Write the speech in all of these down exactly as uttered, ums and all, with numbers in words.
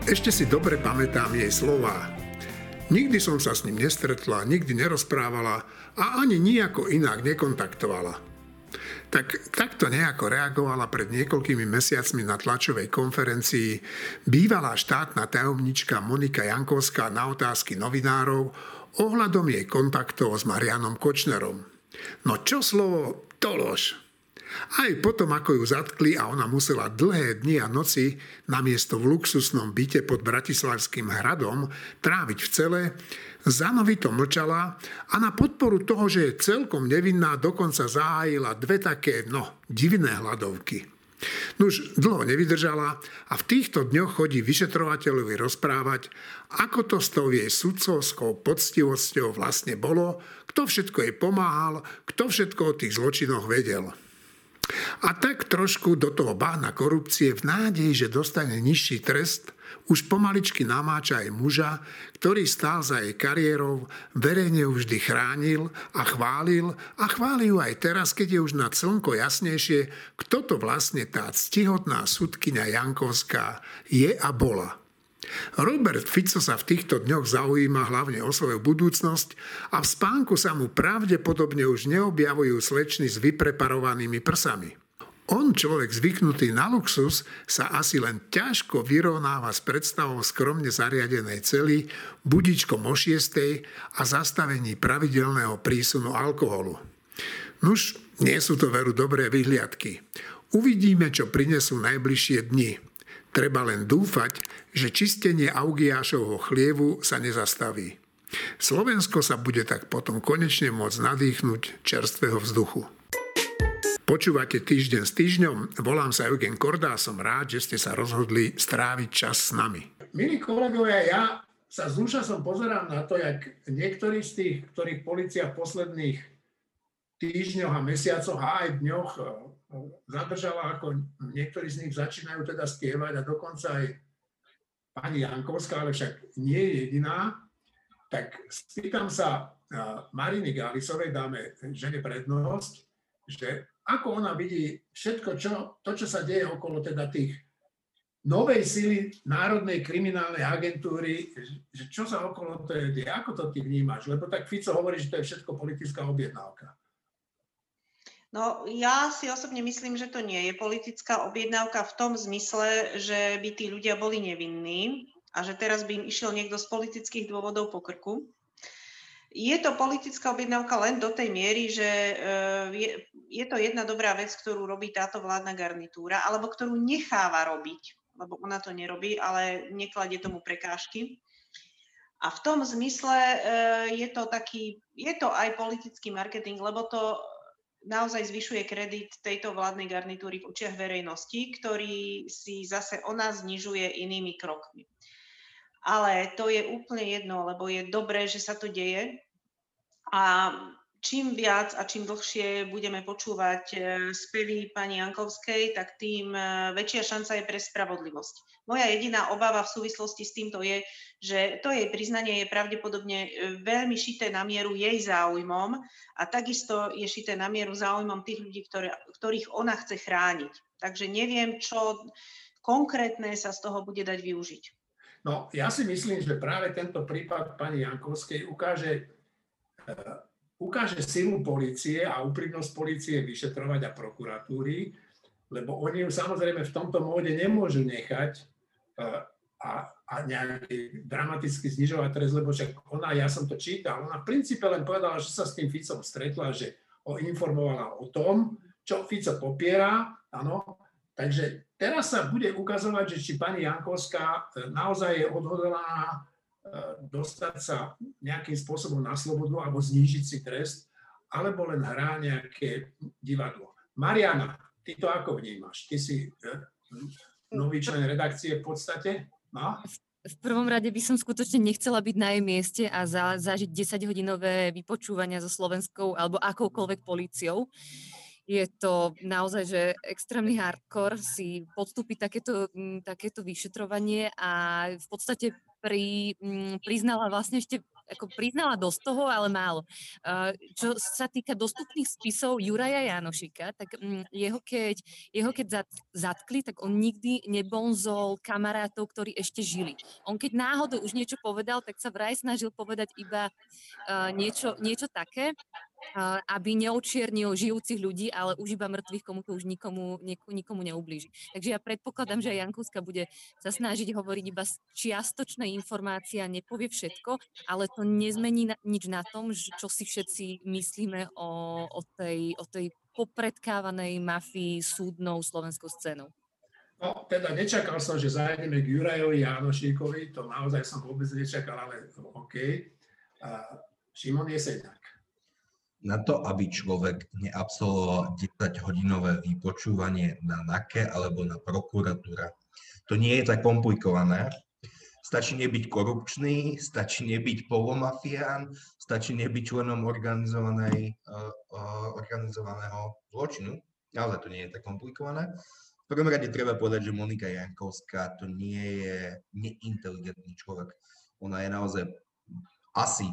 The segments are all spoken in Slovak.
Ešte si dobre pamätám jej slová. Nikdy som sa s ním nestretla, nikdy nerozprávala a ani nijako inak nekontaktovala. Tak takto nejako reagovala pred niekoľkými mesiacmi na tlačovej konferencii bývalá štátna tajomnička Monika Jankovská na otázky novinárov ohľadom jej kontaktov s Marianom Kočnerom. No čo slovo, to lož. Aj potom, ako ju zatkli a ona musela dlhé dni a noci namiesto v luxusnom byte pod Bratislavským hradom tráviť v cele, zanovito mlčala a na podporu toho, že je celkom nevinná, dokonca zahájila dve také, no, divné hladovky. Nuž dlho nevydržala a v týchto dňoch chodí vyšetrovateľovi rozprávať, ako to s tou jej sudcovskou poctivosťou vlastne bolo, kto všetko jej pomáhal, kto všetko o tých zločinoch vedel. A tak trošku do toho bahna korupcie v nádeji, že dostane nižší trest, už pomaličky namáča aj muža, ktorý stál za jej kariérou, verejne ju vždy chránil a chválil a chváli ju aj teraz, keď je už na slnko jasnejšie, kto to vlastne tá ctihotná sudkyňa Jankovská je a bola. Robert Fico sa v týchto dňoch zaujíma hlavne o svoju budúcnosť a v spánku sa mu pravdepodobne už neobjavujú slečny s vypreparovanými prsami. On, človek zvyknutý na luxus, sa asi len ťažko vyrovnáva s predstavou skromne zariadenej cely, budičkom o šiestej a zastavení pravidelného prísunu alkoholu. Nuž, nie sú to veru dobré vyhliadky. Uvidíme, čo prinesú najbližšie dni. Treba len dúfať, že čistenie Augiášovho chlievu sa nezastaví. Slovensko sa bude tak potom konečne môcť nadýchnuť čerstvého vzduchu. Počúvate Týždeň s týždňom? Volám sa Eugen Korda a som rád, že ste sa rozhodli stráviť čas s nami. Milí kolegovia, ja sa z úžasom pozerám na to, jak niektorí z tých, ktorých polícia v posledných týždňoch a mesiacoch a aj dňoch zadržala, ako niektorí z nich začínajú teda spievať a dokonca aj pani Jankovská, ale však nie je jediná, tak spýtam sa Mariny Gálisovej, dáme žene prednosť, že ako ona vidí všetko, čo, to, čo sa deje okolo teda tých novej sily Národnej kriminálnej agentúry, že čo sa okolo toho deje, ako to ty vnímaš? Lebo tak Fico hovorí, že to je všetko politická objednávka. No, ja si osobne myslím, že to nie je politická objednávka v tom zmysle, že by tí ľudia boli nevinní a že teraz by im išiel niekto z politických dôvodov po krku. Je to politická objednávka len do tej miery, že je, je to jedna dobrá vec, ktorú robí táto vládna garnitúra, alebo ktorú necháva robiť, lebo ona to nerobí, ale nekladie tomu prekážky. A v tom zmysle je to taký, je to aj politický marketing, lebo to naozaj zvyšuje kredit tejto vládnej garnitúry v očiach verejnosti, ktorý si zase ona znižuje inými krokmi. Ale to je úplne jedno, lebo je dobré, že sa to deje. A čím viac a čím dlhšie budeme počúvať spevy pani Jankovskej, tak tým väčšia šanca je pre spravodlivosť. Moja jediná obava v súvislosti s týmto je, že to jej priznanie je pravdepodobne veľmi šité na mieru jej záujmom a takisto je šité na mieru záujmom tých ľudí, ktoré, ktorých ona chce chrániť. Takže neviem, čo konkrétne sa z toho bude dať využiť. No, ja si myslím, že práve tento prípad pani Jankovskej ukáže ukáže silu polície a úprimnosť polície vyšetrovať a prokuratúry, lebo oni ju samozrejme v tomto móde nemôžu nechať a, a nejaký dramaticky znižovať trest, lebo však ona, ja som to čítal, ona v princípe len povedala, že sa s tým Ficom stretla, že ho informovala o tom, čo Fico popiera, áno. Takže teraz sa bude ukazovať, že či pani Jankovská naozaj je odhodlaná dostať sa nejakým spôsobom na slobodu alebo znížiť si trest, alebo len hrá nejaké divadlo. Mariana, ty to ako vnímaš? Ty si nový člen redakcie v podstate? No? V prvom rade by som skutočne nechcela byť na jej mieste a za, zažiť desaťhodinové vypočúvania so slovenskou alebo akoukoľvek políciou. Je to naozaj, že extrémny hardcore si podstúpiť takéto, takéto vyšetrovanie a v podstate pri, priznala vlastne ešte ako priznala dosť toho, ale málo. Uh, čo sa týka dostupných spisov Juraja Jánošika, tak um, jeho keď, jeho keď zat, zatkli, tak on nikdy nebonzol kamarátov, ktorí ešte žili. On keď náhodou už niečo povedal, tak sa vraj snažil povedať iba uh, niečo, niečo také, uh, aby neočiernil žijúcich ľudí, ale už iba mŕtvych, komu to už nikomu, nieku, nikomu neublíži. Takže ja predpokladám, že Jankovská bude sa snažiť hovoriť iba z čiastočnej informácie a nepovie všetko, ale to nezmení na, nič na tom, čo si všetci myslíme o, o, tej, o tej popredkávanej mafii súdnou slovenskou scénou. No, teda nečakal som, že zájdeme k Jurajovi Jánošíkovi, to naozaj som vôbec nečakal, ale OK. A Šimon Jeseňák. Na to, aby človek neabsolvoval desaťhodinové vypočúvanie na NAKE alebo na prokuratúra, to nie je tak komplikované. Stačí nebyť korupčný, stačí nebyť polomafián, stačí nebyť členom organizovanej, uh, uh, organizovaného zločinu. Naozaj to nie je tak komplikované. V prvom rade treba povedať, že Monika Jankovská to nie je neinteligentný človek. Ona je naozaj asi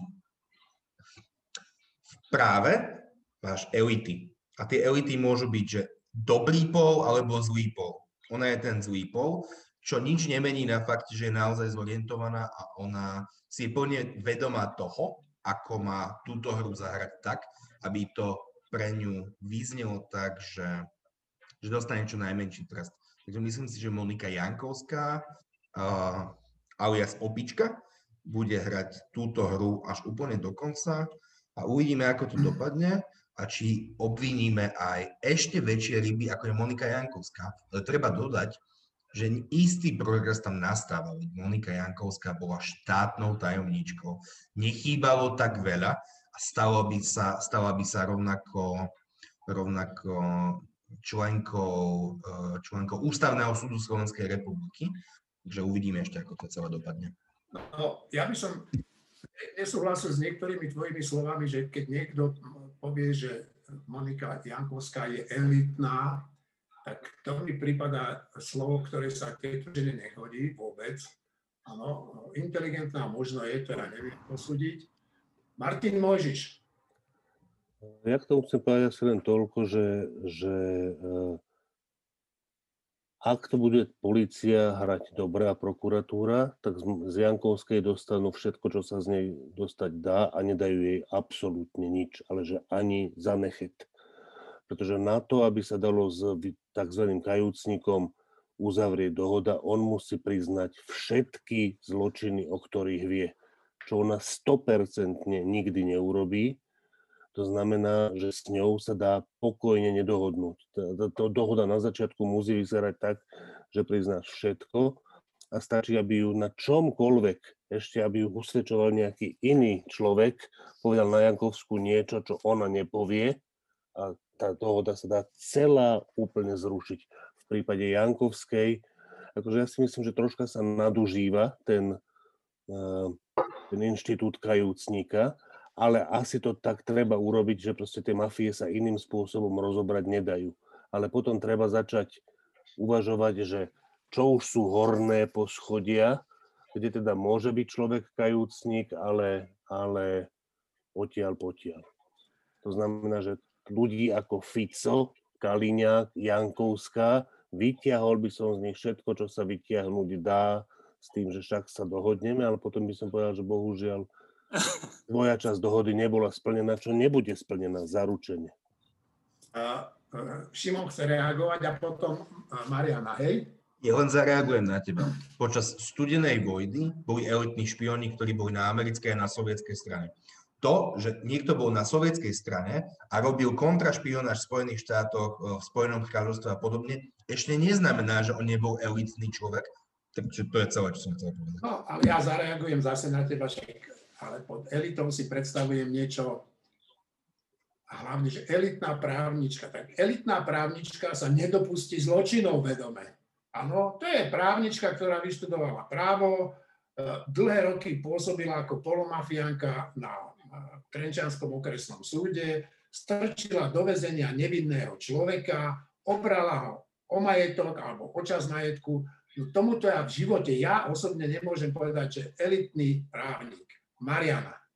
v práve máš elity. A tie elity môžu byť, že dobrý pol alebo zlý pol. Ona je ten zlý pol, čo nič nemení na fakt, že je naozaj zorientovaná a ona si je plne vedomá toho, ako má túto hru zahrať tak, aby to pre ňu vyznelo tak, že, že dostane čo najmenší trest. Takže myslím si, že Monika Jankovská, uh, alias Opička, bude hrať túto hru až úplne do konca a uvidíme, ako to dopadne a či obviníme aj ešte väčšie ryby, ako je Monika Jankovská. Ale treba dodať, že istý progres tam nastával. Monika Jankovská bola štátnou tajomníčkou. Nechýbalo tak veľa a stalo by sa, stala by sa rovnako, rovnako členkou, členkou Ústavného súdu Slovenskej republiky. Takže uvidíme ešte, ako to celé dopadne. No, ja by som nesúhlasil s niektorými tvojimi slovami, že keď niekto povie, že Monika Jankovská je elitná, tak to mi prípada slovo, ktoré sa tejto žene nehodí vôbec. Áno, inteligentná možno je, to ja neviem posúdiť. Martin Mojžiš. Ja k tomu chcem povedať asi len toľko, že, že uh, ak to bude polícia hrať dobre a prokuratúra, tak z, z Jankovskej dostanú všetko, čo sa z nej dostať dá a nedajú jej absolútne nič, ale že ani za nechet. Pretože na to, aby sa dalo s tzv. Kajúcnikom uzavrieť dohoda, on musí priznať všetky zločiny, o ktorých vie. Čo ona sto percent nikdy neurobí. To znamená, že s ňou sa dá pokojne nedohodnúť. Tá dohoda na začiatku musí vyzerať tak, že priznáš všetko a stačí, aby ju na čomkoľvek, ešte aby ju usvedčoval nejaký iný človek, povedal na Jankovskú niečo, čo ona nepovie, a tá dohoda sa dá celá úplne zrušiť. V prípade Jankovskej, akože ja si myslím, že troška sa nadužíva ten, ten inštitút kajúcníka, ale asi to tak treba urobiť, že proste tie mafie sa iným spôsobom rozobrať nedajú. Ale potom treba začať uvažovať, že čo už sú horné poschodia, kde teda môže byť človek kajúcník, ale, ale odtiaľ potiaľ. To znamená, že ľudí ako Fico, Kaliňák, Jankovská, vytiahol by som z nich všetko, čo sa vytiahnuť dá, s tým, že však sa dohodneme, ale potom by som povedal, že bohužiaľ moja časť dohody nebola splnená, čo nebude splnená zaručene. Uh, uh, Šimon chce reagovať a potom uh, Mariana, hej? Ja len zareagujem na teba. Počas studenej vojny boli elitní špioni, ktorí boli na americkej a na sovietskej strane. To, že niekto bol na sovietskej strane a robil kontrašpionáž v Spojených štátoch, v Spojenom kráľovstve a podobne, ešte neznamená, že on nebol elitný človek. Takže to je celé, čo som chcel povedať. No, ale ja zareagujem zase na teba, ale pod elitou si predstavujem niečo, a hlavne, že elitná právnička. Tak elitná právnička sa nedopustí zločinov vedome. Áno, to je právnička, ktorá vyštudovala právo, dlhé roky pôsobila ako polomafiánka na Trenčianskom okresnom súde, strčila do väzenia nevinného človeka, obrala ho o majetok alebo o časť majetku. No tomuto ja v živote, ja osobne nemôžem povedať, že elitný právnik. Mariana.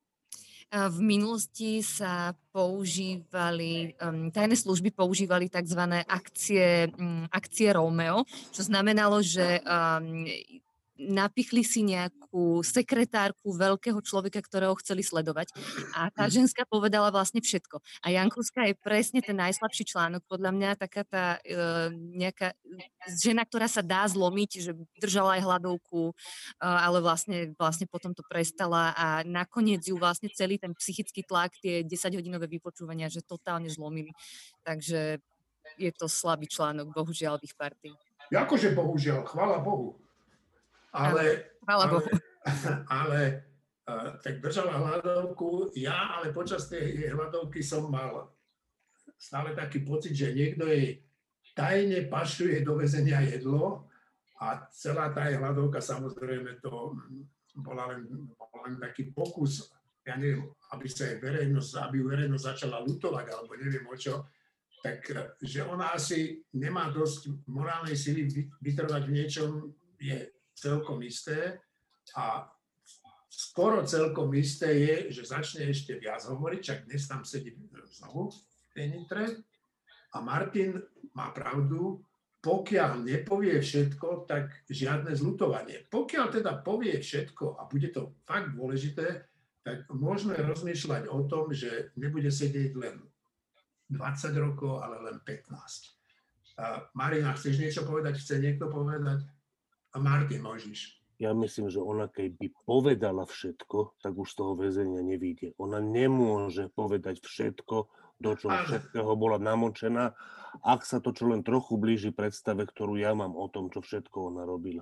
A v minulosti sa používali, um, tajné služby používali tzv. akcie, um, akcie Romeo, čo znamenalo, že um, napichli si nejakú sekretárku veľkého človeka, ktorého chceli sledovať. A tá ženská povedala vlastne všetko. A Jankovská je presne ten najslabší článok. Podľa mňa taká tá uh, nejaká žena, ktorá sa dá zlomiť, že držala aj hladovku, uh, ale vlastne, vlastne potom to prestala a nakoniec ju vlastne celý ten psychický tlak, tie desaťhodinové vypočúvania, že totálne zlomili. Takže je to slabý článok, bohužiaľ, v ich partii. Akože bohužiaľ, chvála Bohu. Ale, chvála ale, Bohu. ale uh, tak držala hladovku. Ja ale počas tej hladovky som mal stále taký pocit, že niekto jej tajne pašuje do väzenia jedlo a celá tá hladovka, samozrejme, to bola len, bol len taký pokus, ja neviem, aby sa jej verejnosť, aby ju verejnosť začala lutovať, alebo neviem o čo, tak že ona asi nemá dosť morálnej sily vytrvať v niečom, je celkom isté a skoro celkom isté je, že začne ešte viac hovoriť, čak dnes tam sedí znovu v tej Nitre a Martin má pravdu, pokiaľ nepovie všetko, tak žiadne zľutovanie. Pokiaľ teda povie všetko a bude to fakt dôležité, tak môžeme rozmýšľať o tom, že nebude sedieť len dvadsať rokov, ale len pätnásť. A Marina, chceš niečo povedať? Chce niekto povedať? A Martin, môžeš. Ja myslím, že ona keby povedala všetko, tak už z toho väzenia nevyjde. Ona nemôže povedať všetko, do čoho všetkého bola namočená, ak sa to čo len trochu blíži predstave, ktorú ja mám o tom, čo všetko ona robila.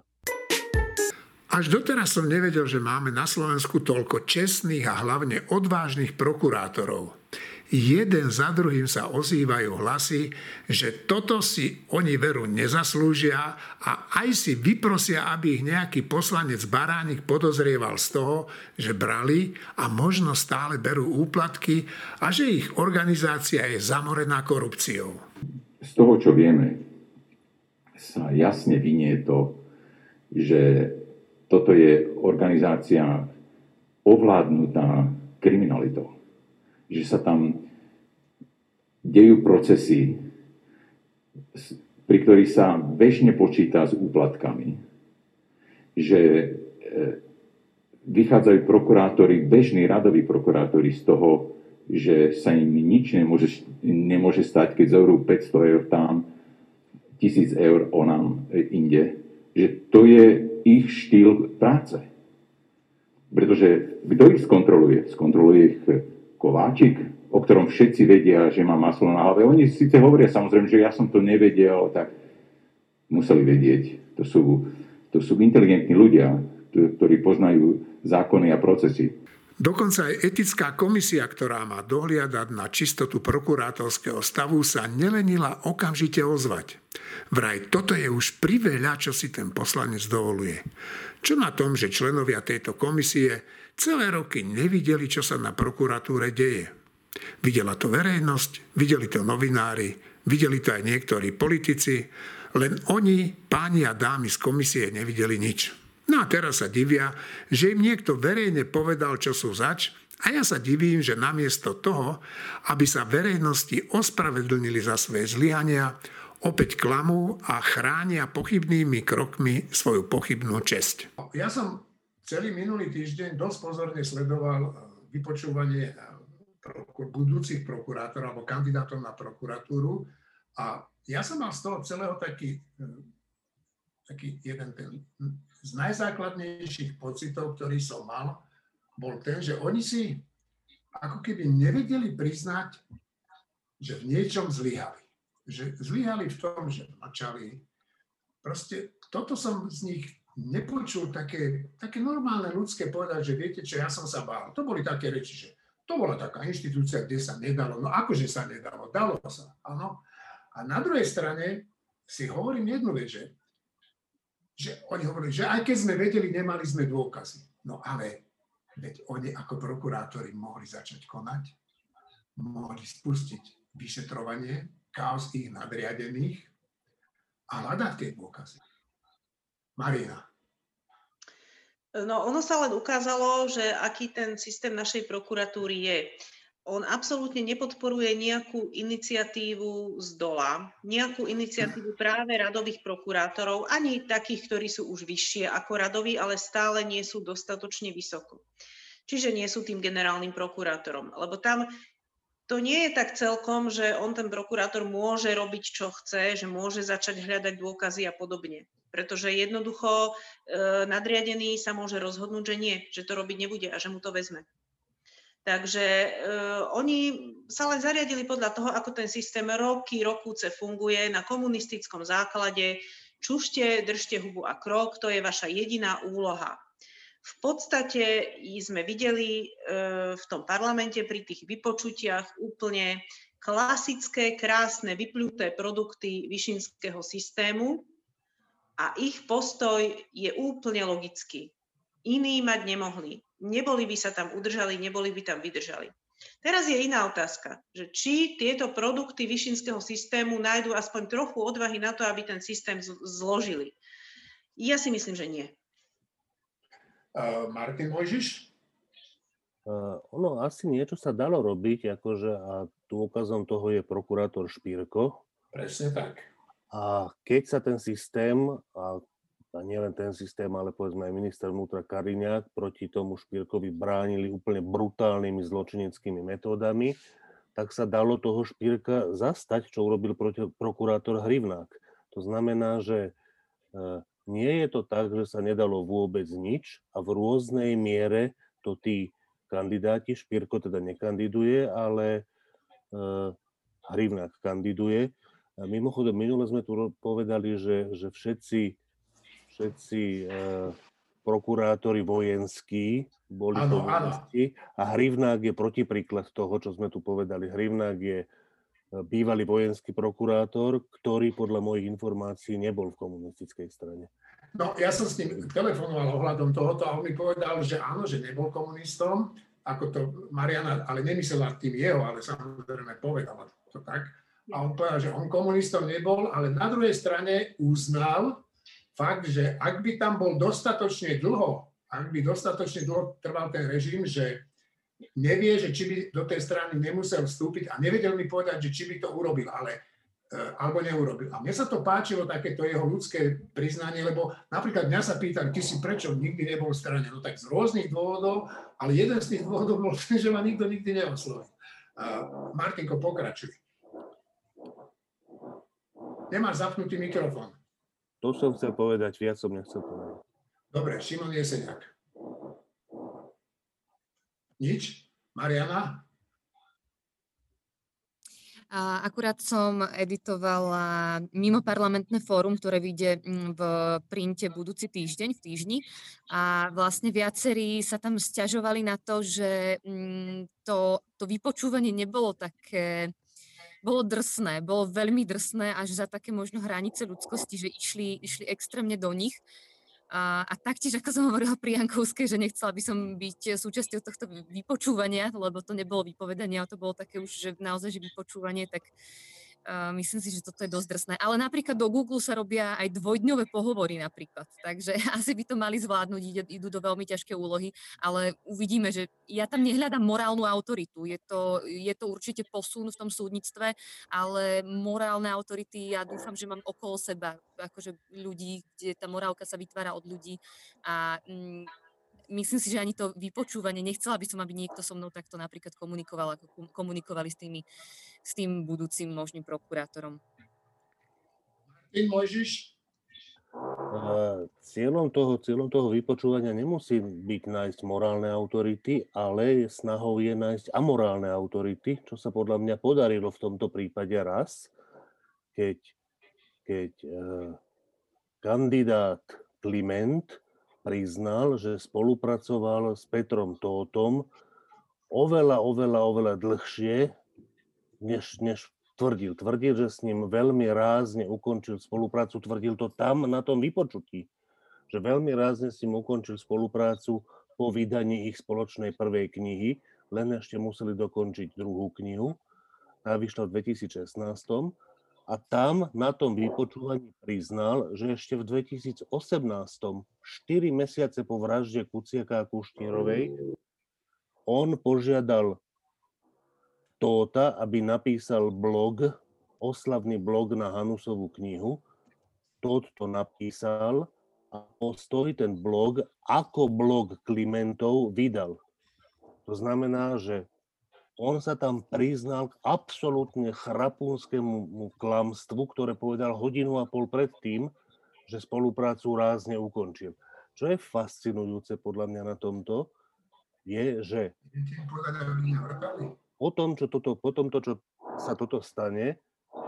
Až doteraz som nevedel, že máme na Slovensku toľko čestných a hlavne odvážnych prokurátorov. Jeden za druhým sa ozývajú hlasy, že toto si oni veru nezaslúžia a aj si vyprosia, aby ich nejaký poslanec Baránik podozrieval z toho, že brali a možno stále berú úplatky a že ich organizácia je zamorená korupciou. Z toho, čo vieme, sa jasne vynie to, že toto je organizácia ovládnutá kriminalitou. Že sa tam dejú procesy, pri ktorých sa bežne počíta s úplatkami. Že vychádzajú prokurátori, bežní radoví prokurátori z toho, že sa im nič nemôže, nemôže stať, keď zoberú päťsto eur tam, tisíc eur onam inde. Že to je ich štýl práce. Pretože kto ich skontroluje? Skontroluje ich Kováčik, o ktorom všetci vedia, že má maslo na hlave. Oni síce hovoria samozrejme, že ja som to nevedel, tak museli vedieť. To sú, to sú inteligentní ľudia, ktorí poznajú zákony a procesy. Dokonca aj etická komisia, ktorá má dohliadať na čistotu prokurátorského stavu, sa nelenila okamžite ozvať. Vraj toto je už priveľa, čo si ten poslanec dovoluje. Čo na tom, že členovia tejto komisie celé roky nevideli, čo sa na prokuratúre deje. Videla to verejnosť, videli to novinári, videli to aj niektorí politici, len oni, páni a dámy z komisie, nevideli nič. No a teraz sa divia, že im niekto verejne povedal, čo sú zač, a ja sa divím, že namiesto toho, aby sa verejnosti ospravedlnili za svoje zlyhania, opäť klamú a chránia pochybnými krokmi svoju pochybnú česť. Ja som celý minulý týždeň dosť pozorne sledoval vypočúvanie budúcich prokurátorov alebo kandidátov na prokuratúru a ja som mal z toho celého taký, taký jeden ten z najzákladnejších pocitov, ktorý som mal, bol ten, že oni si ako keby nevedeli priznať, že v niečom zlyhali. Že zlyhali v tom, že mlčali. Proste toto som z nich nepočul také, také normálne ľudské povedať, že viete čo, ja som sa bál. To boli také reči, že to bola taká inštitúcia, kde sa nedalo. No akože sa nedalo? Dalo sa, áno. A na druhej strane si hovorím jednu vec, že, že oni hovorili, že aj keď sme vedeli, nemali sme dôkazy. No ale veď oni ako prokurátori mohli začať konať, mohli spustiť vyšetrovanie káuz ich nadriadených a hľadať tie dôkazy. Marina. No, ono sa len ukázalo, že aký ten systém našej prokuratúry je. On absolútne nepodporuje nejakú iniciatívu z dola, nejakú iniciatívu práve radových prokurátorov, ani takých, ktorí sú už vyššie ako radoví, ale stále nie sú dostatočne vysoko. Čiže nie sú tým generálnym prokurátorom, lebo tam to nie je tak celkom, že on, ten prokurátor, môže robiť, čo chce, že môže začať hľadať dôkazy a podobne. Pretože jednoducho e, nadriadený sa môže rozhodnúť, že nie, že to robiť nebude a že mu to vezme. Takže e, oni sa len zariadili podľa toho, ako ten systém roky, rokúce funguje na komunistickom základe. Čušte, držte hubu a krok, to je vaša jediná úloha. V podstate sme videli e, v tom parlamente pri tých vypočutiach úplne klasické, krásne, vypľuté produkty Višinského systému a ich postoj je úplne logický. Iní mať nemohli. Neboli by sa tam udržali, neboli by tam vydržali. Teraz je iná otázka, že či tieto produkty Višinského systému nájdú aspoň trochu odvahy na to, aby ten systém zložili. Ja si myslím, že nie. Uh, Martin Mojžiš? Uh, ono asi niečo sa dalo robiť, akože, a dôkazom toho je prokurátor Špírko. Presne tak. A keď sa ten systém, a a nielen ten systém, ale povedzme aj minister vnútra Kariňák proti tomu Špírkovi bránili úplne brutálnymi zločineckými metódami, tak sa dalo toho Špírka zastať, čo urobil proti prokurátor Hrivnák. To znamená, že nie je to tak, že sa nedalo vôbec nič a v rôznej miere to tí kandidáti, Špírko teda nekandiduje, ale Hrivnák kandiduje. A mimochodom, minule sme tu povedali, že, že všetci všetci e, prokurátori vojenskí boli áno, komunisti a Hrivnák je protipríklad toho, čo sme tu povedali. Hrivnák je bývalý vojenský prokurátor, ktorý podľa mojich informácií nebol v komunistickej strane. No, ja som s ním telefonoval ohľadom tohoto a on mi povedal, že áno, že nebol komunistom, ako to Mariana, ale nemyslela tým jeho, ale samozrejme povedala to tak. A on povedal, že on komunistom nebol, ale na druhej strane uznal fakt, že ak by tam bol dostatočne dlho, ak by dostatočne dlho trval ten režim, že nevie, že či by do tej strany nemusel vstúpiť a nevedel mi povedať, že či by to urobil, ale, alebo neurobil. A mne sa to páčilo, takéto jeho ľudské priznanie, lebo napríklad mňa sa pýtali, ty si prečo nikdy nebol v strane? No tak z rôznych dôvodov, ale jeden z tých dôvodov bol, že ma nikto nikdy neoslovil. Martinko, pokračuj. Nemáš zapnutý mikrofón. To som chcel povedať, viac som nechcel povedať. Dobre, Šimon Jeseniak. Nič? Mariana? A akurát som editovala mimoparlamentné fórum, ktoré vyjde v printe budúci týždeň, v týždni. A vlastne viacerí sa tam sťažovali na to, že to, to vypočúvanie nebolo také... Bolo drsné, bolo veľmi drsné až za také možno hranice ľudskosti, že išli, išli extrémne do nich. A, a taktiež, ako som hovorila pri Jankovskej, že nechcela by som byť súčasťou tohto vypočúvania, lebo to nebolo vypovedanie, ale to bolo také už, že naozaj, že vypočúvanie, tak uh, myslím si, že toto je dosť drsné. Ale napríklad do Google sa robia aj dvojdňové pohovory napríklad, takže asi by to mali zvládnuť, idú do veľmi ťažké úlohy, ale uvidíme, že ja tam nehľadám morálnu autoritu, je to, je to určite posun v tom súdnictve, ale morálne autority, ja dúfam, že mám okolo seba akože ľudí, kde tá morálka sa vytvára od ľudí a mm, myslím si, že ani to vypočúvanie, nechcela by som, aby niekto so mnou takto napríklad komunikoval, ako komunikovali s, tými, s tým budúcim možným prokurátorom. Martin Mojžiš? Cieľom toho, cieľom toho vypočúvania nemusí byť nájsť morálne autority, ale snahou je nájsť amorálne autority, čo sa podľa mňa podarilo v tomto prípade raz, keď, keď eh, kandidát Kliment priznal, že spolupracoval s Petrom Tóthom oveľa, oveľa, oveľa dlhšie, než, než tvrdil. Tvrdil, že s ním veľmi rázne ukončil spoluprácu. Tvrdil to tam na tom vypočutí, že veľmi rázne s ním ukončil spoluprácu po vydaní ich spoločnej prvej knihy, len ešte museli dokončiť druhú knihu. Tá vyšla v dvetisícšestnásť. A tam na tom vypočúvaní priznal, že ešte v dvetisícosemnásť, štyri mesiace po vražde Kuciaka a Kušnírovej, on požiadal Tóta, aby napísal blog, oslavný blog na Hanusovú knihu. Tóth to napísal a Postoj ten blog ako blog Klimentov vydal. To znamená, že on sa tam priznal k absolútne chrapúnskému klamstvu, ktoré povedal hodinu a pol predtým, že spoluprácu rázne ukončil. Čo je fascinujúce podľa mňa na tomto, je, že po tom, čo toto, po tomto, čo sa toto stane,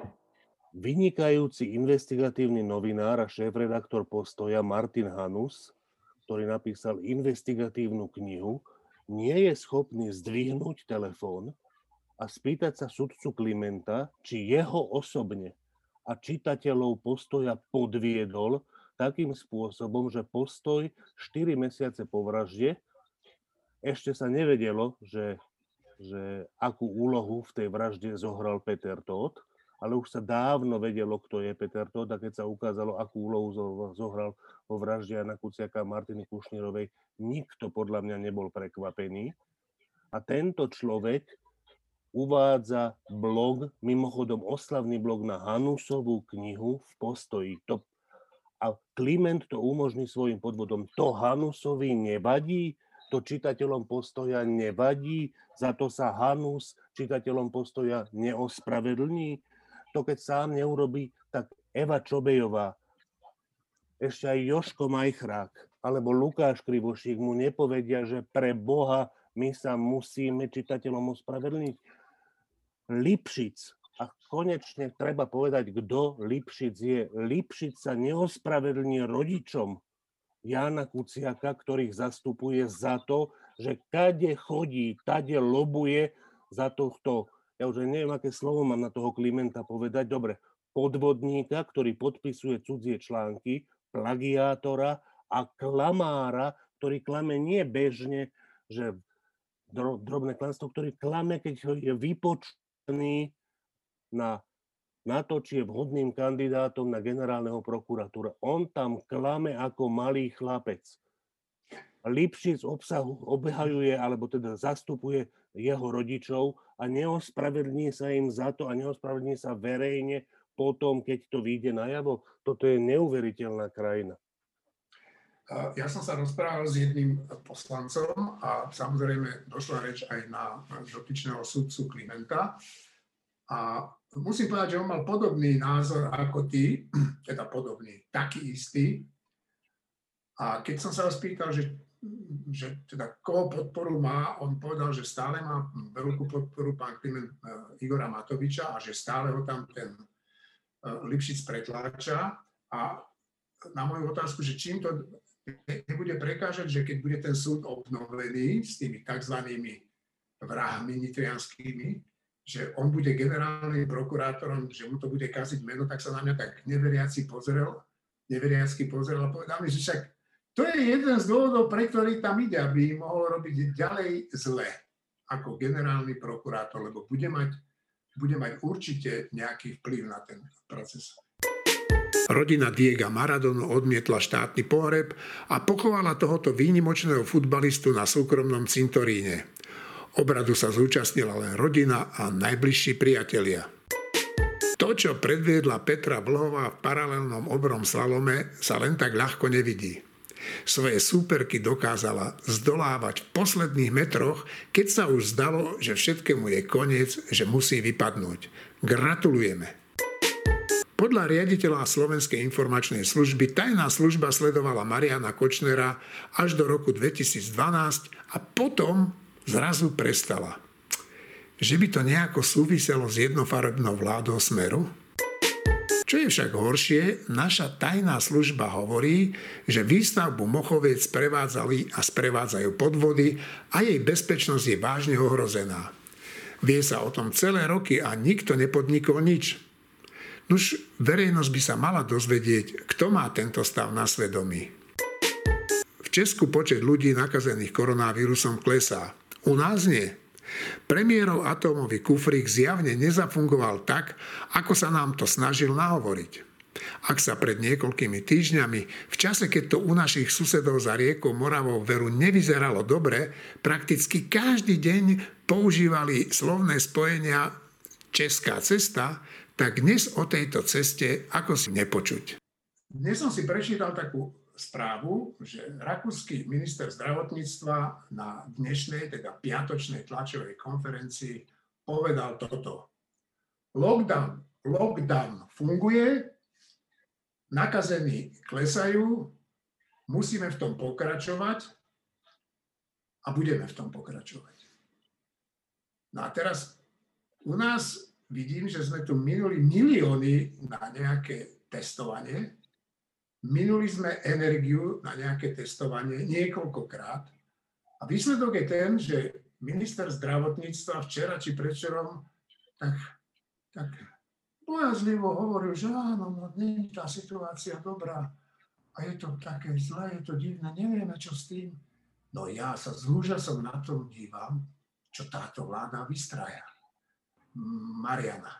vynikajúci investigatívny novinár a šéfredaktor Postoja Martin Hanus, ktorý napísal investigatívnu knihu, nie je schopný zdvihnúť telefón a spýtať sa sudcu Klimenta, či jeho osobne a čitateľov Postoja podviedol takým spôsobom, že Postoj štyri mesiace po vražde ešte sa nevedelo, že, že akú úlohu v tej vražde zohral Peter Tóth, ale už sa dávno vedelo, kto je Peter Tóth, a keď sa ukázalo, akú úlohu zohral vo vražde Jana Kuciaka a Martiny Kušnírovej, nikto podľa mňa nebol prekvapený. A tento človek uvádza blog, mimochodom oslavný blog na Hanusovú knihu v Postoji. To, a Kliment to umožní svojim podvodom. To Hanusovi nevadí, to čitateľom Postoja nevadí, za to sa Hanus čitateľom Postoja neospravedlní. To keď sám neurobí, tak Eva Čobejová, ešte aj Jožko Majchrák alebo Lukáš Krivošík mu nepovedia, že pre Boha my sa musíme čitateľom ospravedlniť. Lipšic, a konečne treba povedať, kto Lipšic je. Lipšic sa neospravedlní rodičom Jána Kuciaka, ktorých zastupuje za to, že kade chodí, tade lobuje za tohto, ja už neviem, aké slovo mám na toho Klimenta povedať, dobre, podvodníka, ktorý podpisuje cudzie články, plagiátora a klamára, ktorý klame nie bežne, že drobné klamstvo, ktorý klame, keď je vypočúvaný na, na to, či je vhodným kandidátom na generálneho prokuratúra. On tam klame ako malý chlapec. Lipšic obsahu obhajuje, alebo teda zastupuje jeho rodičov a neospravedlní sa im za to a neospravedlní sa verejne potom, keď to vyjde najavo. Toto je neuveriteľná krajina. Ja som sa rozprával s jedným poslancom a samozrejme došla reč aj na dotyčného sudcu Klimenta. A musím povedať, že on mal podobný názor ako ty, teda podobný, taký istý. A keď som sa ho spýtal, že, že teda koho podporu má, on povedal, že stále má veľkú podporu pán Kliment Igora Matoviča a že stále ho tam ten Lipšic pretláča. A na moju otázku, že čím to nebude prekážať, že keď bude ten súd obnovený s tými takzvanými vrahmi nitrianskými, že on bude generálnym prokurátorom, že mu to bude kaziť meno, tak sa na mňa tak neveriaci pozrel, neveriacky pozrel a povedal mi, že však to je jeden z dôvodov, pre ktorý tam ide, aby mohol robiť ďalej zle ako generálny prokurátor, lebo bude mať, bude mať určite nejaký vplyv na ten proces. Rodina Diega Maradonu odmietla štátny pohreb a pochovala tohoto výnimočného futbalistu na súkromnom cintoríne. Obradu sa zúčastnila len rodina a najbližší priatelia. To, čo predviedla Petra Vlhová v paralelnom obrom slalome, sa len tak ľahko nevidí. Svoje súperky dokázala zdolávať v posledných metroch, keď sa už zdalo, že všetkému je koniec, že musí vypadnúť. Gratulujeme! Podľa riaditeľa Slovenskej informačnej služby tajná služba sledovala Mariana Kočnera až do roku dvetisícdvanásť a potom zrazu prestala. Že by to nejako súviselo s jednofarebnou vládou Smeru? Čo je však horšie, naša tajná služba hovorí, že výstavbu Mochoviec prevádzali a sprevádzajú podvody a jej bezpečnosť je vážne ohrozená. Vie sa o tom celé roky a nikto nepodnikol nič. Nuž, verejnosť by sa mala dozvedieť, kto má tento stav na svedomí. V Česku počet ľudí nakazených koronavírusom klesá. U nás nie. Premiérov atómový kufrík zjavne nezafungoval tak, ako sa nám to snažil nahovoriť. Ak sa pred niekoľkými týždňami, v čase, keď to u našich susedov za riekou Moravou veru nevyzeralo dobre, prakticky každý deň používali slovné spojenia česká cesta, tak dnes o tejto ceste ako si nepočuť. Dnes som si prečítal takú správu, že rakúsky minister zdravotníctva na dnešnej, teda piatočnej tlačovej konferencii povedal toto. Lockdown, lockdown funguje, nakazení klesajú, musíme v tom pokračovať a budeme v tom pokračovať. No a teraz u nás vidím, že sme tu minuli milióny na nejaké testovanie, minuli sme energiu na nejaké testovanie niekoľkokrát a výsledok je ten, že minister zdravotníctva včera či predvčerom tak, tak bojazlivo hovoril, že áno, no, nie je tá situácia dobrá a je to také zlé, je to divné, nevieme, čo s tým. No ja sa s úžasom na to dívam, čo táto vláda vystraja. Mariana.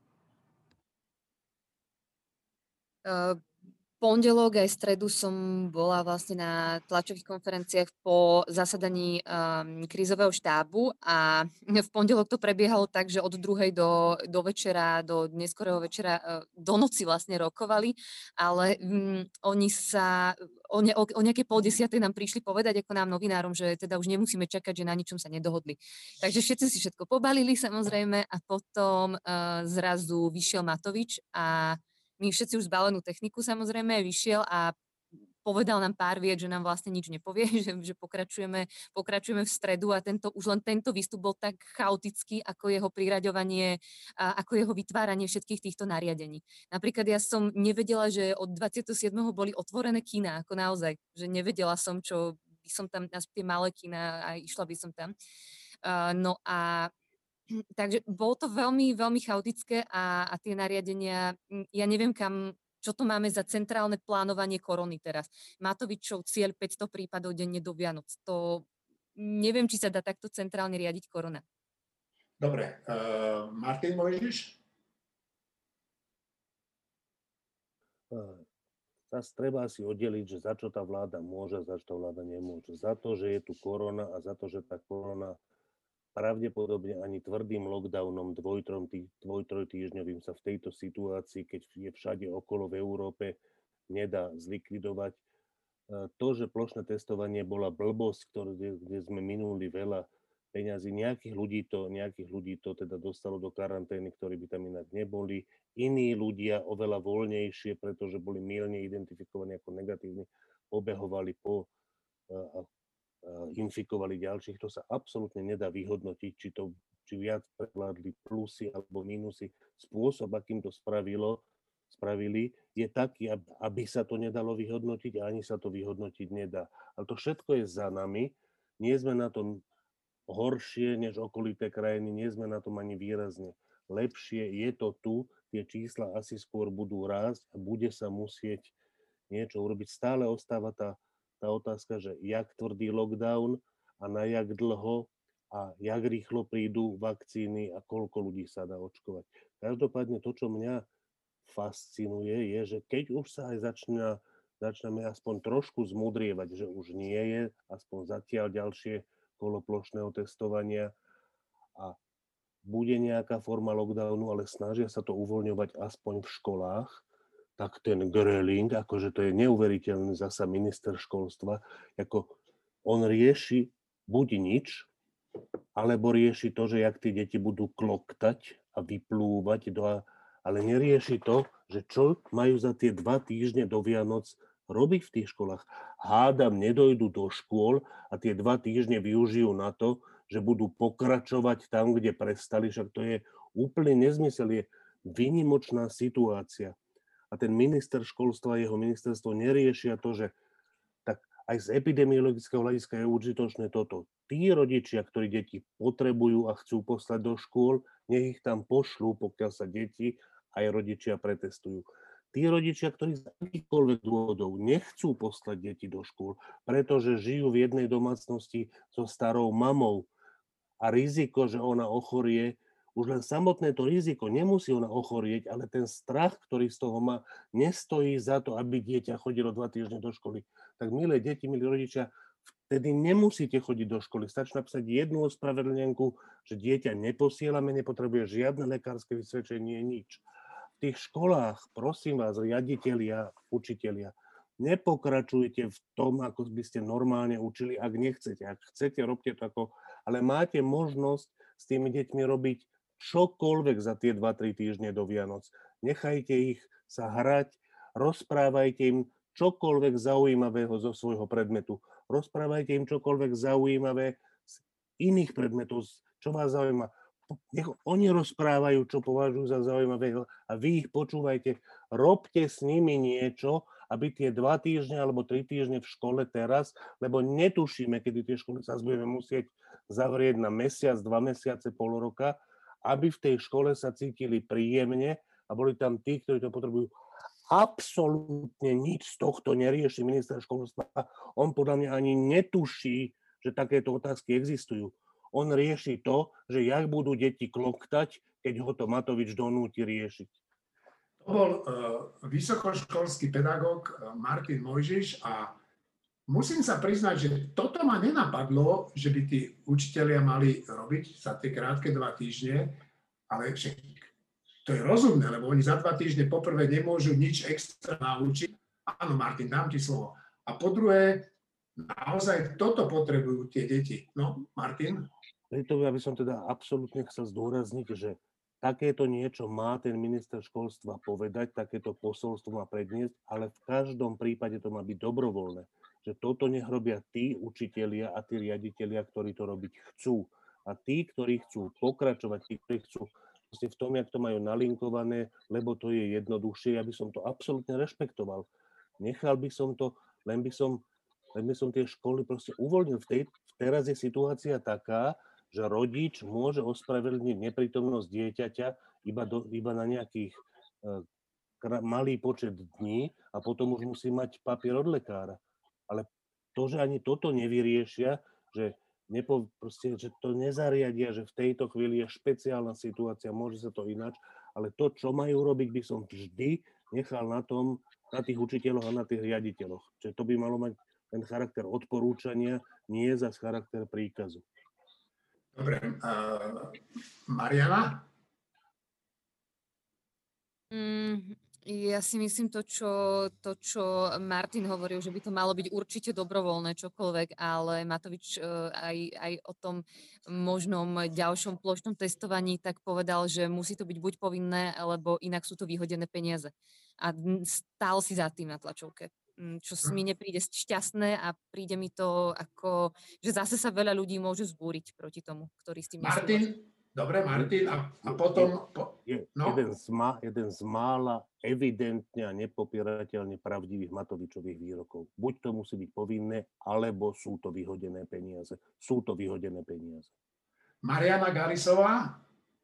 Uh, pondelok aj stredu som bola vlastne na tlačových konferenciách po zasadaní um, krízového štábu a v pondelok to prebiehalo tak, že od druhej do, do večera, do neskorého večera, uh, do noci vlastne rokovali, ale um, oni sa o, ne, o, o nejaké pol desiatej nám prišli povedať ako nám novinárom, že teda už nemusíme čakať, že na ničom sa nedohodli. Takže všetci si všetko pobalili samozrejme a potom uh, zrazu vyšiel Matovič a my všetci už zbalenú techniku samozrejme vyšiel a povedal nám pár viet, že nám vlastne nič nepovie, že, že pokračujeme, pokračujeme v stredu a tento, už len tento výstup bol tak chaotický, ako jeho priraďovanie, a ako jeho vytváranie všetkých týchto nariadení. Napríklad ja som nevedela, že od dvadsiateho siedmeho boli otvorené kína, ako naozaj, že nevedela som, čo by som tam, na tie malé kína a išla by som tam. Uh, no a takže bolo to veľmi, veľmi chaotické a, a tie nariadenia, ja neviem kam, čo to máme za centrálne plánovanie korony teraz. Matovičov cieľ päťsto prípadov denne do Vianoc. To neviem, či sa dá takto centrálne riadiť korona. Dobre, uh, Martin Mojžiš? Zas treba si oddeliť, že za čo tá vláda môže, za čo tá vláda nemôže. Za to, že je tu korona a za to, že tá korona pravdepodobne ani tvrdým lockdownom dvoj, tý, dvoj, troj týždňovým sa v tejto situácii, keď je všade okolo v Európe, nedá zlikvidovať. To, že plošné testovanie bola blbosť, ktoré, kde sme minuli veľa peňazí, nejakých ľudí to, nejakých ľudí to teda dostalo do karantény, ktorí by tam inak neboli. Iní ľudia oveľa voľnejšie, pretože boli mylne identifikovaní ako negatívni, obehovali po a infikovali ďalších, to sa absolútne nedá vyhodnotiť, či to či viac prevládli plusy alebo minusy. Spôsob, akým to spravilo, spravili, je taký, aby sa to nedalo vyhodnotiť a ani sa to vyhodnotiť nedá. Ale to všetko je za nami, nie sme na tom horšie než okolité krajiny, nie sme na tom ani výrazne lepšie, je to tu, tie čísla asi skôr budú rásť a bude sa musieť niečo urobiť. Stále ostáva tá tá otázka, že jak tvrdý lockdown a na jak dlho a jak rýchlo prídu vakcíny a koľko ľudí sa dá očkovať. Každopádne to, čo mňa fascinuje, je, že keď už sa aj začne, začneme aspoň trošku zmudrievať, že už nie je aspoň zatiaľ ďalšie kolo plošného testovania a bude nejaká forma lockdownu, ale snažia sa to uvoľňovať aspoň v školách, tak ten Gröling, akože to je neuveriteľný zasa minister školstva, ako on rieši buď nič, alebo rieši to, že jak tie deti budú kloktať a vyplúvať, do, ale nerieši to, že čo majú za tie dva týždne do Vianoc robiť v tých školách. Hádam, nedojdu do škôl a tie dva týždne využijú na to, že budú pokračovať tam, kde prestali, však to je úplný nezmysel, je výnimočná situácia. A ten minister školstva a jeho ministerstvo neriešia to, že tak aj z epidemiologického hľadiska je užitočné toto. Tí rodičia, ktorí deti potrebujú a chcú poslať do škôl, nech ich tam pošlú, pokiaľ sa deti aj rodičia pretestujú. Tí rodičia, ktorí z akýchkoľvek dôvodov nechcú poslať deti do škôl, pretože žijú v jednej domácnosti so starou mamou a riziko, že ona ochorie, už len samotné to riziko, nemusí ona ochorieť, ale ten strach, ktorý z toho má, nestojí za to, aby dieťa chodilo dva týždne do školy. Tak milé deti, milí rodičia, vtedy nemusíte chodiť do školy. Stačí napísať jednu ospravedlnenku, že dieťa neposielame, nepotrebuje žiadne lekárske vysvedčenie, nič. V tých školách, prosím vás, riaditelia, učitelia, nepokračujte v tom, ako by ste normálne učili, ak nechcete. Ak chcete, robte to ako, ale máte možnosť s tými deťmi robiť čokoľvek za tie dva tri týždne do Vianoc. Nechajte ich sa hrať, rozprávajte im čokoľvek zaujímavého zo svojho predmetu. Rozprávajte im čokoľvek zaujímavé z iných predmetov, čo vás zaujíma. Nech oni rozprávajú, čo považujú za zaujímavé a vy ich počúvajte. Robte s nimi niečo, aby tie dva týždne alebo tri týždne v škole teraz, lebo netušíme, kedy tie školy sa budeme musieť zavrieť na mesiac, dva mesiace, pol roka, aby v tej škole sa cítili príjemne a boli tam tí, ktorí to potrebujú. Absolútne nič z tohto nerieši minister školstva. On podľa mňa ani netuší, že takéto otázky existujú. On rieši to, že jak budú deti kloktať, keď ho to Matovič donúti riešiť. To bol uh, vysokoškolský pedagóg Martin Mojžiš a musím sa priznať, že toto ma nenapadlo, že by tí učitelia mali robiť za tie krátke dva týždne, ale však to je rozumné, lebo oni za dva týždne poprvé nemôžu nič extra naučiť. Áno, Martin, dám ti slovo. A po druhé, naozaj toto potrebujú tie deti. No, Martin? Preto ja by som teda absolútne chcel zdôrazniť, že takéto niečo má ten minister školstva povedať, takéto posolstvo má predniesť, ale v každom prípade to má byť dobrovoľné. Že toto nech robia tí učitelia a tí riaditelia, ktorí to robiť chcú. A tí, ktorí chcú pokračovať, tí, ktorí chcú v tom, jak to majú nalinkované, lebo to je jednoduchšie, ja by som to absolútne rešpektoval. Nechal by som to, len by som, len by som tie školy proste uvoľnil. V tej, teraz je situácia taká, že rodič môže ospravedlniť neprítomnosť dieťaťa iba, do, iba na nejakých e, malý počet dní a potom už musí mať papier od lekára. Ale to, že ani toto nevyriešia, že, nepo, proste, že to nezariadia, že v tejto chvíli je špeciálna situácia, môže sa to ináč, ale to, čo majú robiť, by som vždy nechal na tom, na tých učiteľoch a na tých riaditeľoch. Čiže to by malo mať ten charakter odporúčania, nie zas charakter príkazu. Dobre. Uh, Mariana? Mm, ja si myslím to čo, to, čo Martin hovoril, že by to malo byť určite dobrovoľné čokoľvek, ale Matovič uh, aj, aj o tom možnom ďalšom plošnom testovaní tak povedal, že musí to byť buď povinné, alebo inak sú to vyhodené peniaze. A stál si za tým na tlačovke. Čo mi nepríde šťastné a príde mi to ako, že zase sa veľa ľudí môžu zbúriť proti tomu, ktorý s tým Martin, nesúhlasí. Dobre, Martin, a, a potom... Po, je, no. jeden, z ma, jeden z mála evidentne a nepopierateľne pravdivých Matovičových výrokov. Buď to musí byť povinné, alebo sú to vyhodené peniaze. Sú to vyhodené peniaze. Mariana Garisová?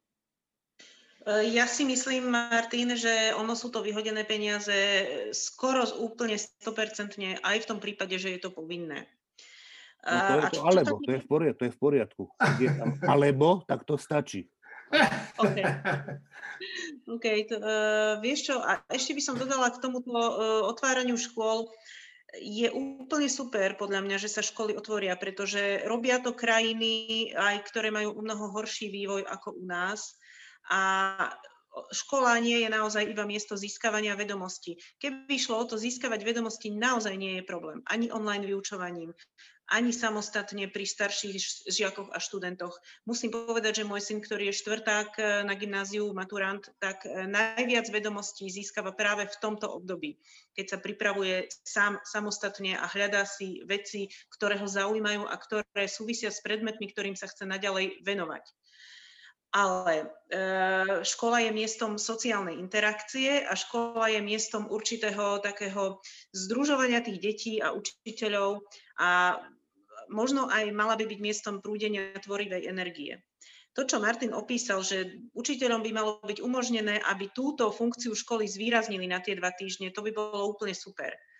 Ja si myslím, Martin, že ono sú to vyhodené peniaze skoro úplne sto percent aj v tom prípade, že je to povinné. No to je to alebo, to je v poriadku. To je v poriadku. Keď je tam alebo, tak to stačí. OK. OK, to, uh, vieš čo, a ešte by som dodala k tomuto uh, otváraniu škôl. Je úplne super, podľa mňa, že sa školy otvoria, pretože robia to krajiny, aj ktoré majú mnoho horší vývoj ako u nás. A škola nie je naozaj iba miesto získavania vedomostí. Keby šlo o to získavať vedomosti, naozaj nie je problém. Ani online vyučovaním, ani samostatne pri starších žiakoch a študentoch. Musím povedať, že môj syn, ktorý je štvrták na gymnáziu, maturant, tak najviac vedomostí získava práve v tomto období, keď sa pripravuje sám samostatne a hľadá si veci, ktoré ho zaujímajú a ktoré súvisia s predmetmi, ktorým sa chce naďalej venovať. Ale e, škola je miestom sociálnej interakcie a škola je miestom určitého takého združovania tých detí a učiteľov a možno aj mala by byť miestom prúdenia tvorivej energie. To, čo Martin opísal, že učiteľom by malo byť umožnené, aby túto funkciu školy zvýraznili na tie dva týždne, to by bolo úplne super.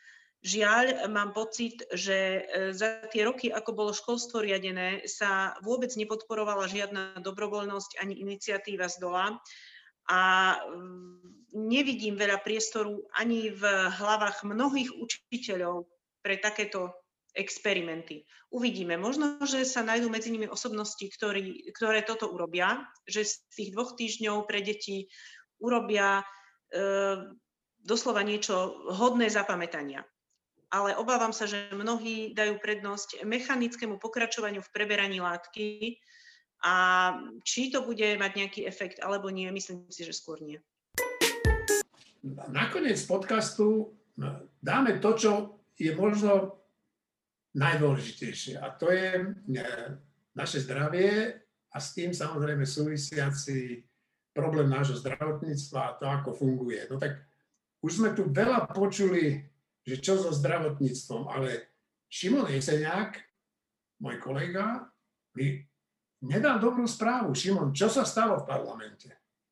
Žiaľ, mám pocit, že za tie roky, ako bolo školstvo riadené, sa vôbec nepodporovala žiadna dobrovoľnosť ani iniciatíva z dola a nevidím veľa priestoru ani v hlavách mnohých učiteľov pre takéto experimenty. Uvidíme. Možno, že sa nájdú medzi nimi osobnosti, ktorí, ktoré toto urobia, že z tých dvoch týždňov pre deti urobia e, doslova niečo hodné zapamätania. Ale obávam sa, že mnohí dajú prednosť mechanickému pokračovaniu v preberaní látky a či to bude mať nejaký efekt alebo nie, myslím si, že skôr nie. Nakoniec podcastu dáme to, čo je možno najdôležitejšie, a to je naše zdravie a s tým samozrejme súvisiaci problém nášho zdravotníctva a to, ako funguje. No tak už sme tu veľa počuli, že čo so zdravotníctvom, ale Šimon Jeseniak, môj kolega, mi nedal dobrú správu. Šimon, čo sa stalo v parlamente?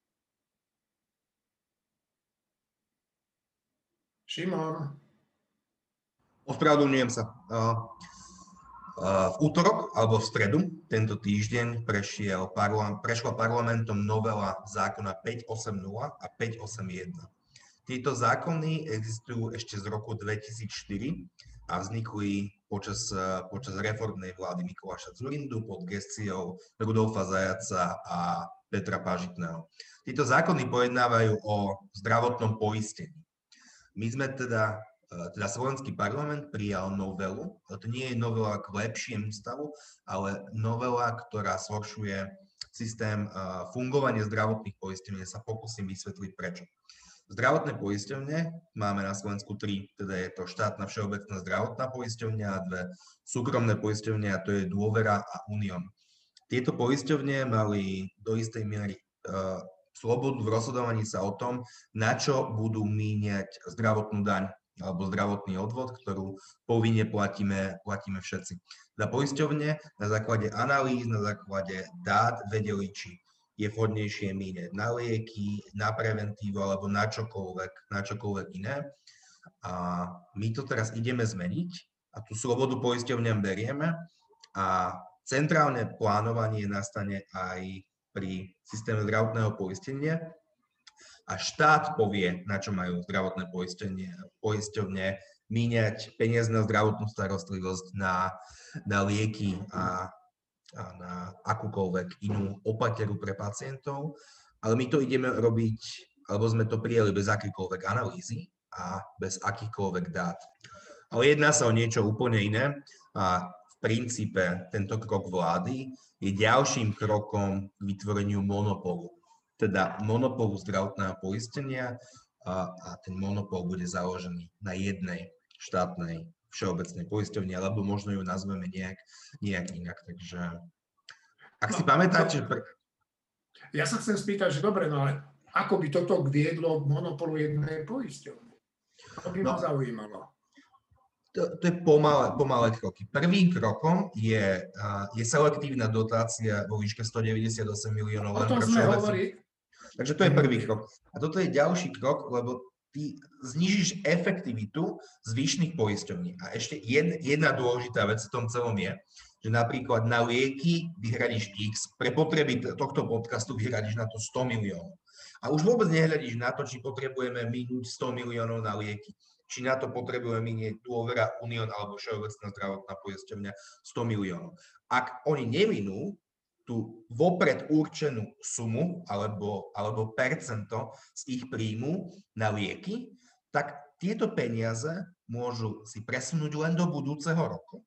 Šimon. Ospravedlňujem sa. V útorok alebo v stredu tento týždeň prešiel parla- prešla parlamentom novela zákona päť osemnásť a päť osemdesiatjeden. Tieto zákony existujú ešte z roku dvetisícštyri a vznikli počas, počas reformnej vlády Mikuláša Dzurindu pod gesciou Rudolfa Zajaca a Petra Pažitného. Tieto zákony pojednávajú o zdravotnom poistení. My sme teda, teda Slovenský parlament prijal novelu, ale to nie je novela k lepšiemu stavu, ale novela, ktorá zhoršuje systém fungovania zdravotných poistení. Sa pokúsim vysvetliť prečo. Zdravotné poisťovne máme na Slovensku tri, teda je to štátna všeobecná zdravotná poisťovňa a dve súkromné poisťovne, a to je Dôvera a Unión. Tieto poisťovne mali do istej miery uh, slobodu v rozhodovaní sa o tom, na čo budú míňať zdravotnú daň alebo zdravotný odvod, ktorú povinne platíme, platíme všetci. Za poisťovne na základe analýz, na základe dát vedeli, či je vhodnejšie míňať na lieky, na preventívu alebo na čokoľvek, na čokoľvek iné. A my to teraz ideme zmeniť a tú slobodu poisťovňam berieme a centrálne plánovanie nastane aj pri systéme zdravotného poistenia a štát povie, na čo majú zdravotné poisťovne míňať peniaze na zdravotnú starostlivosť, na, na lieky a a na akúkoľvek inú opateru pre pacientov, ale my to ideme robiť, alebo sme to prijali bez akýkoľvek analýzy a bez akýchkoľvek dát. Ale jedná sa o niečo úplne iné a v princípe tento krok vlády je ďalším krokom k vytvoreniu monopolu, teda monopolu zdravotného poistenia a, a ten monopol bude založený na jednej štátnej všeobecnej poisťovne, alebo možno ju nazveme nejak, nejak inak. Takže, ak si no, pamätáte... Pre... Ja sa chcem spýtať, že dobre, no ale ako by toto viedlo k monopolu jednej poisťovne? To by ma no, zaujímalo. To, to je pomalé, pomalé kroky. Prvým krokom je, je selektívna dotácia vo výške stodeväťdesiatosem miliónov. O tom sme hovorili. Takže to je prvý krok. A toto je ďalší krok, lebo ty znižíš efektivitu zvyšných poisťovní. A ešte jedna dôležitá vec v tom celom je, že napríklad na lieky vyhradíš X, pre potreby tohto podcastu vyhradíš na to sto miliónov. A už vôbec nehľadíš na to, či potrebujeme minúť sto miliónov na lieky, či na to potrebujeme minieť Dôvera, Unión alebo Všeobecná zdravotná poisťovňa sto miliónov. Ak oni neminú tú vopred určenú sumu alebo, alebo percento z ich príjmu na lieky, tak tieto peniaze môžu si presunúť len do budúceho roku.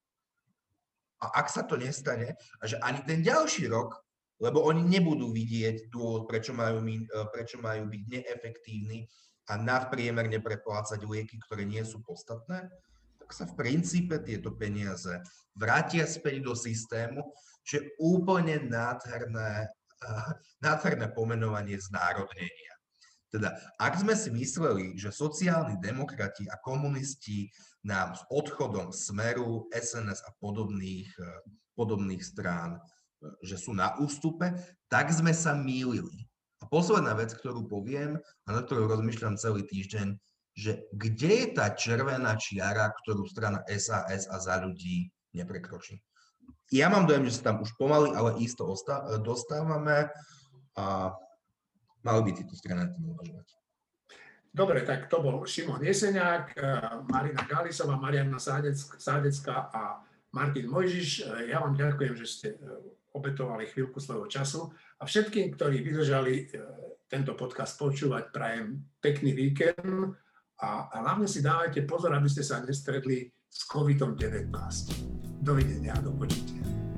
A ak sa to nestane, že ani ten ďalší rok, lebo oni nebudú vidieť dôvod, prečo majú, prečo majú byť neefektívni a nadpriemerne preplácať lieky, ktoré nie sú podstatné, tak sa v princípe tieto peniaze vrátia späť do systému, čo je úplne nádherné, nádherné pomenovanie znárodnenia. Teda, ak sme si mysleli, že sociálni demokrati a komunisti nám s odchodom Smeru, es en es a podobných, podobných strán, že sú na ústupe, tak sme sa mýlili. A posledná vec, ktorú poviem, a na ktorú rozmýšľam celý týždeň, že kde je tá červená čiara, ktorú strana es a es a Za ľudí neprekročí. Ja mám dojem, že sa tam už pomaly, ale isto dostávame a mali by títo strany tým uvažovať. Dobre, tak to bol Šimon Jeseniak, Marina Gálisová, Mariana Sádecká a Martin Mojžiš. Ja vám ďakujem, že ste obetovali chvíľku svojho času a všetkým, ktorí vydržali tento podcast počúvať, prajem pekný víkend a hlavne si dávajte pozor, aby ste sa nestretli s kovidom devätnásť. Dovidenia a do počutia.